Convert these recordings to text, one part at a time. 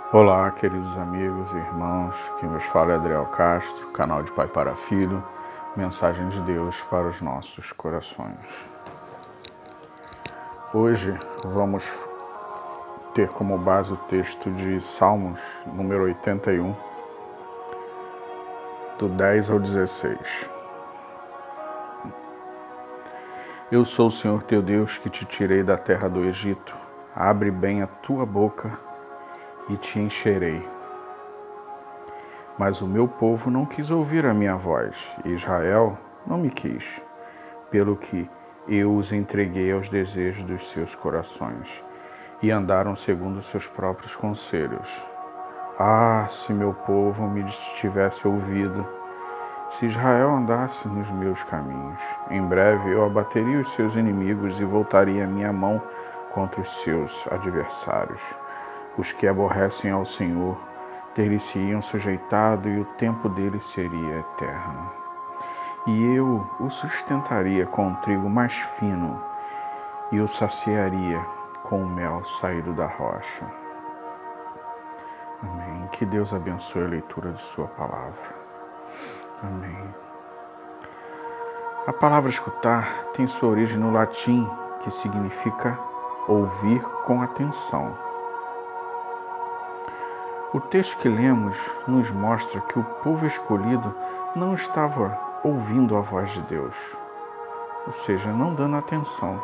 Olá, queridos amigos e irmãos, quem vos fala é Adriel Castro, canal de Pai para Filho, mensagem de Deus para os nossos corações. Hoje vamos ter como base o texto de Salmos, número 81, do 10 ao 16. Eu sou o Senhor teu Deus que te tirei da terra do Egito. Abre bem a tua boca e te encherei. Mas o meu povo não quis ouvir a minha voz, e Israel não me quis, pelo que eu os entreguei aos desejos dos seus corações, e andaram segundo os seus próprios conselhos. Ah, se meu povo me tivesse ouvido, se Israel andasse nos meus caminhos, em breve eu abateria os seus inimigos e voltaria a minha mão contra os seus adversários. Os que aborrecem ao Senhor ter-lhe-se-iam sujeitado e o tempo dele seria eterno. E eu o sustentaria com o trigo mais fino e o saciaria com o mel saído da rocha. Amém. Que Deus abençoe a leitura de sua palavra. Amém. A palavra escutar tem sua origem no latim, que significa ouvir com atenção. O texto que lemos nos mostra que o povo escolhido não estava ouvindo a voz de Deus, ou seja, não dando atenção.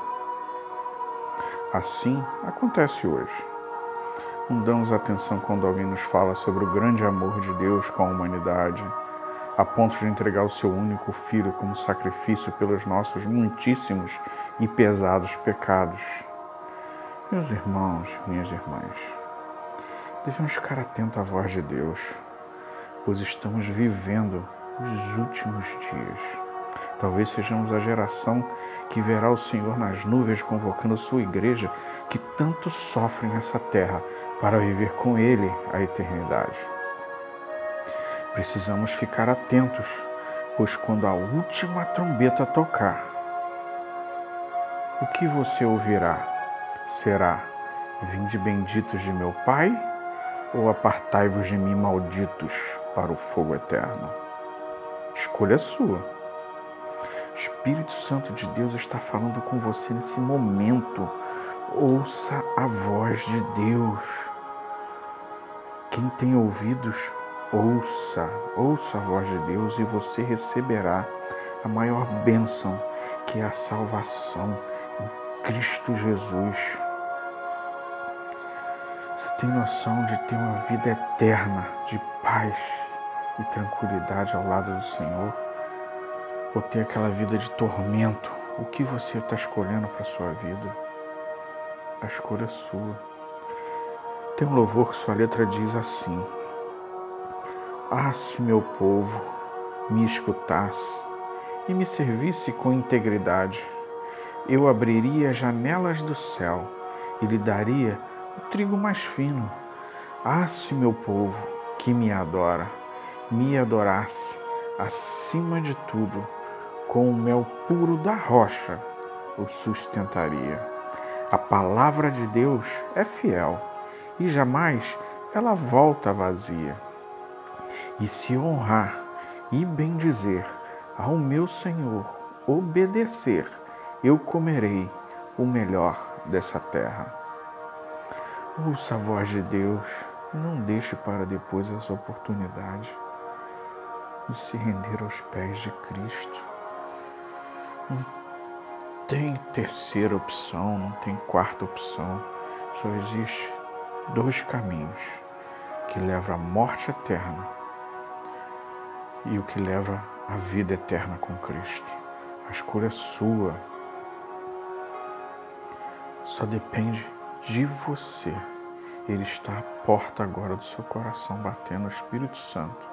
Assim acontece hoje. Não damos atenção quando alguém nos fala sobre o grande amor de Deus com a humanidade, a ponto de entregar o seu único filho como sacrifício pelos nossos muitíssimos e pesados pecados. Meus irmãos, minhas irmãs, devemos ficar atentos à voz de Deus, pois estamos vivendo os últimos dias. Talvez sejamos a geração que verá o Senhor nas nuvens convocando sua igreja que tanto sofre nessa terra para viver com Ele a eternidade. Precisamos ficar atentos, pois quando a última trombeta tocar, o que você ouvirá será: vinde benditos de meu Pai, ou apartai-vos de mim, malditos, para o fogo eterno? Escolha sua. O Espírito Santo de Deus está falando com você nesse momento. Ouça a voz de Deus. Quem tem ouvidos, ouça a voz de Deus e você receberá a maior bênção, que é a salvação em Cristo Jesus. Você tem noção de ter uma vida eterna de paz e tranquilidade ao lado do Senhor? Ou ter aquela vida de tormento? O que você está escolhendo para a sua vida? A escolha é sua. Tem um louvor que sua letra diz assim: ah, se meu povo me escutasse e me servisse com integridade, eu abriria as janelas do céu e lhe daria o trigo mais fino. Ah, se meu povo que me adora me adorasse acima de tudo, com o mel puro da rocha o sustentaria. A palavra de Deus é fiel e jamais ela volta vazia. E se honrar e bendizer ao meu Senhor, obedecer, eu comerei o melhor dessa terra. Ouça a voz de Deus e não deixe para depois essa oportunidade de se render aos pés de Cristo. Não tem terceira opção, não tem quarta opção. Só existe dois caminhos, que levam à morte eterna e o que leva à vida eterna com Cristo. A escolha é sua. Só depende de você. Ele está à porta agora do seu coração, batendo, o Espírito Santo.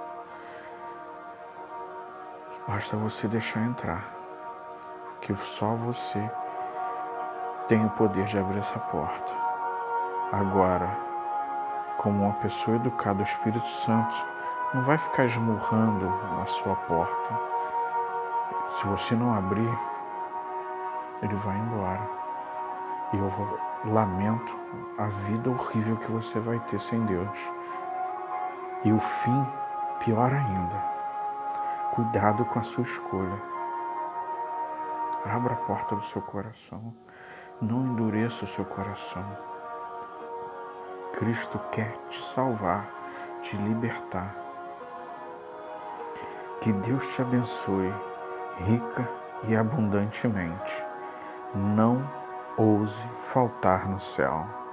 Basta você deixar entrar, que só você tem o poder de abrir essa porta. Agora, como uma pessoa educada, o Espírito Santo não vai ficar esmurrando na sua porta. Se você não abrir, ele vai embora. E eu lamento a vida horrível que você vai ter sem Deus. E o fim, pior ainda. Cuidado com a sua escolha. Abra a porta do seu coração. Não endureça o seu coração. Cristo quer te salvar, te libertar. Que Deus te abençoe, rica e abundantemente. Não ouse faltar no céu.